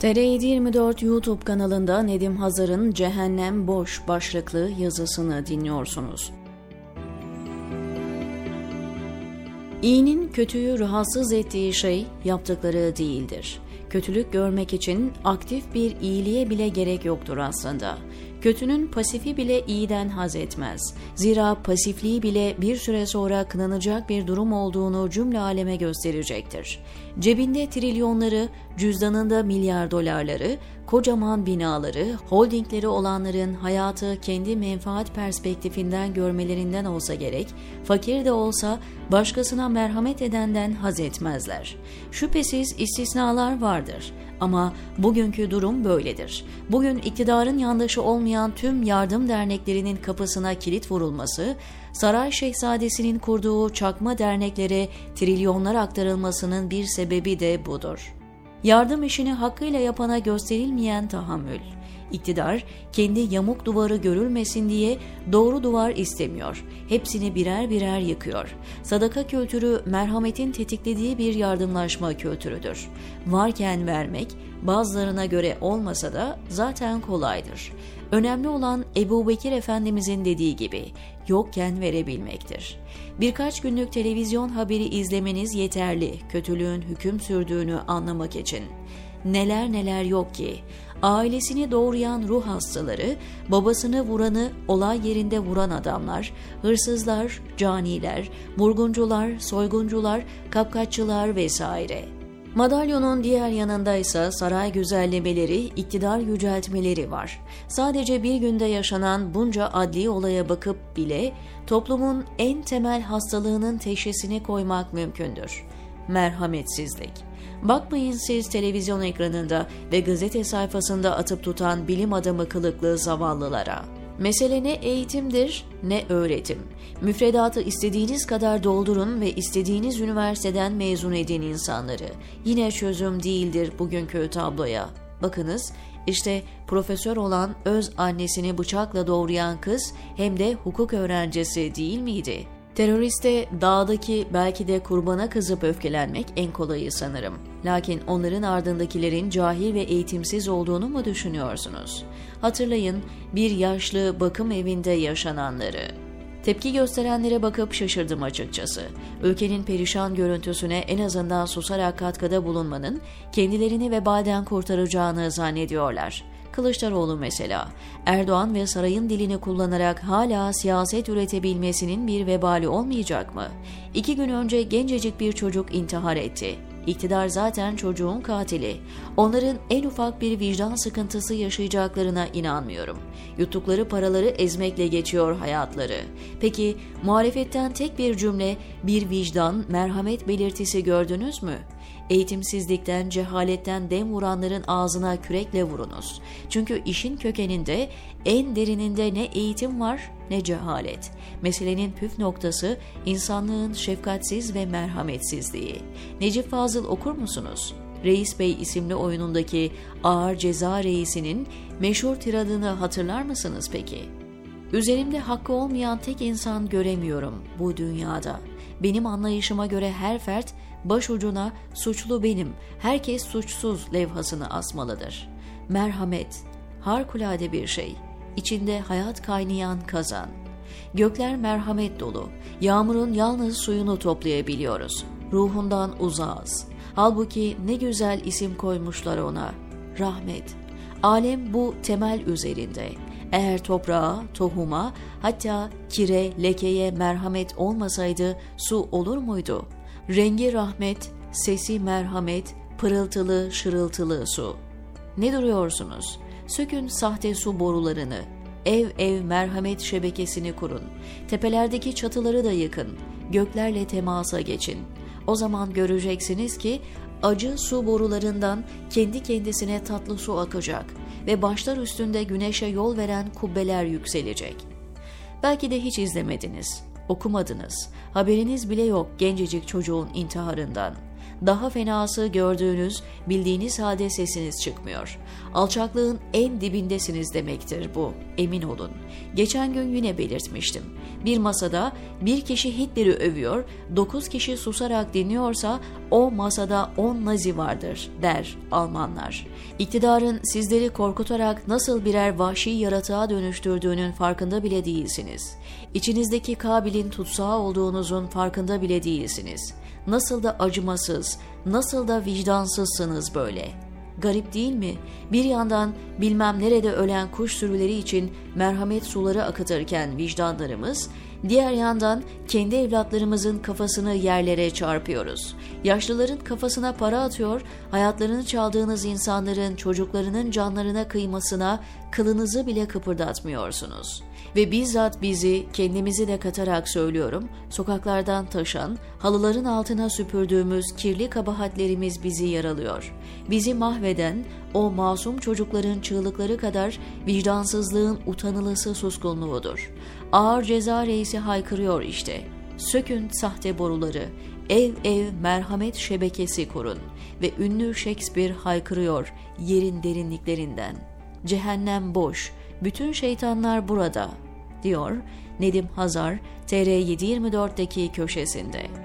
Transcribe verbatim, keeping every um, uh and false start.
T R yedi yirmi dört YouTube kanalında Nedim Hazar'ın "Cehennem Boş" başlıklı yazısını dinliyorsunuz. İyinin kötüyü rahatsız ettiği şey yaptıkları değildir. Kötülük görmek için aktif bir iyiliğe bile gerek yoktur aslında. Kötünün pasifi bile iyiden haz etmez. Zira pasifliği bile bir süre sonra kınanacak bir durum olduğunu cümle aleme gösterecektir. Cebinde trilyonları, cüzdanında milyar dolarları, kocaman binaları, holdingleri olanların hayatı kendi menfaat perspektifinden görmelerinden olsa gerek, fakir de olsa başkasına merhamet edenden haz etmezler. Şüphesiz istisnalar vardır. Ama bugünkü durum böyledir. Bugün iktidarın yandaşı olmayan tüm yardım derneklerinin kapısına kilit vurulması, Saray Şehzadesi'nin kurduğu çakma derneklere trilyonlar aktarılmasının bir sebebi de budur. Yardım işini hakkıyla yapana gösterilmeyen tahammül. İktidar, kendi yamuk duvarı görülmesin diye doğru duvar istemiyor. Hepsini birer birer yıkıyor. Sadaka kültürü merhametin tetiklediği bir yardımlaşma kültürüdür. Varken vermek, bazılarına göre olmasa da zaten kolaydır. Önemli olan Ebu Bekir Efendimizin dediği gibi, yokken verebilmektir. Birkaç günlük televizyon haberi izlemeniz yeterli kötülüğün hüküm sürdüğünü anlamak için. Neler neler yok ki, ailesini doğrayan ruh hastaları, babasını vuranı olay yerinde vuran adamlar, hırsızlar, caniler, vurguncular, soyguncular, kapkaççılar vesaire. Madalyonun diğer yanındaysa saray güzellemeleri, iktidar yüceltmeleri var. Sadece bir günde yaşanan bunca adli olaya bakıp bile toplumun en temel hastalığının teşhisini koymak mümkündür. Merhametsizlik. Bakmayın siz televizyon ekranında ve gazete sayfasında atıp tutan bilim adamı kılıklı zavallılara. Mesele ne eğitimdir ne öğretim. Müfredatı istediğiniz kadar doldurun ve istediğiniz üniversiteden mezun edin insanları. Yine çözüm değildir bugünkü tabloya. Bakınız, işte profesör olan öz annesini bıçakla doğrayan kız hem de hukuk öğrencisi değil miydi? Teröriste dağdaki belki de kurbana kızıp öfkelenmek en kolayı sanırım. Lakin onların ardındakilerin cahil ve eğitimsiz olduğunu mu düşünüyorsunuz? Hatırlayın bir yaşlı bakım evinde yaşananları. Tepki gösterenlere bakıp şaşırdım açıkçası. Ülkenin perişan görüntüsüne en azından susarak katkıda bulunmanın kendilerini vebalden kurtaracağını zannediyorlar. Kılıçdaroğlu mesela, Erdoğan ve sarayın dilini kullanarak hala siyaset üretebilmesinin bir vebali olmayacak mı? İki gün önce gencecik bir çocuk intihar etti. İktidar zaten çocuğun katili. Onların en ufak bir vicdan sıkıntısı yaşayacaklarına inanmıyorum. Yuttukları paraları ezmekle geçiyor hayatları. Peki muhalefetten tek bir cümle, bir vicdan, merhamet belirtisi gördünüz mü? Eğitimsizlikten, cehaletten dem vuranların ağzına kürekle vurunuz. Çünkü işin kökeninde, en derininde ne eğitim var ne cehalet. Meselenin püf noktası insanlığın şefkatsiz ve merhametsizliği. Necip Fazıl okur musunuz? Reis Bey isimli oyunundaki ağır ceza reisinin meşhur tiradını hatırlar mısınız peki? Üzerimde hakkı olmayan tek insan göremiyorum bu dünyada. Benim anlayışıma göre her fert başucuna suçlu benim, herkes suçsuz levhasını asmalıdır. Merhamet, harikulade bir şey. İçinde hayat kaynayan kazan. Gökler merhamet dolu. Yağmurun yalnız suyunu toplayabiliyoruz. Ruhundan uzağız. Halbuki ne güzel isim koymuşlar ona. Rahmet. Alem bu temel üzerinde. Eğer toprağa, tohuma, hatta kire, lekeye merhamet olmasaydı su olur muydu? Rengi rahmet, sesi merhamet, pırıltılı, şırıltılı su. Ne duruyorsunuz? Sökün sahte su borularını. Ev ev merhamet şebekesini kurun. Tepelerdeki çatıları da yıkın. Göklerle temasa geçin. O zaman göreceksiniz ki acı su borularından kendi kendisine tatlı su akacak ve başlar üstünde güneşe yol veren kubbeler yükselecek. Belki de hiç izlemediniz, okumadınız, haberiniz bile yok gencecik çocuğun intiharından. Daha fenası gördüğünüz, bildiğiniz halde sesiniz çıkmıyor. Alçaklığın en dibindesiniz demektir bu, emin olun. Geçen gün yine belirtmiştim. Bir masada bir kişi Hitler'i övüyor, dokuz kişi susarak dinliyorsa o masada on Nazi vardır, der Almanlar. İktidarın sizleri korkutarak nasıl birer vahşi yaratığa dönüştürdüğünün farkında bile değilsiniz. İçinizdeki Kabil'in tutsağı olduğunuzun farkında bile değilsiniz. Nasıl da acımasız, nasıl da vicdansızsınız böyle. Garip değil mi? Bir yandan bilmem nerede ölen kuş sürüleri için merhamet suları akıtırken vicdanlarımız, diğer yandan kendi evlatlarımızın kafasını yerlere çarpıyoruz. Yaşlıların kafasına para atıyor, hayatlarını çaldığınız insanların çocuklarının canlarına kıymasına kılınızı bile kıpırdatmıyorsunuz. Ve bizzat bizi, kendimizi de katarak söylüyorum, sokaklardan taşan, halıların altına süpürdüğümüz kirli kabahatlerimiz bizi yaralıyor. Bizi mahveden o masum çocukların çığlıkları kadar vicdansızlığın utanılısı suskunluğudur. Ağır ceza reisi haykırıyor işte. Sökün sahte boruları, ev ev merhamet şebekesi kurun ve ünlü Shakespeare haykırıyor yerin derinliklerinden. Cehennem boş, bütün şeytanlar burada, diyor Nedim Hazar T R yedi yirmi dört'teki köşesinde.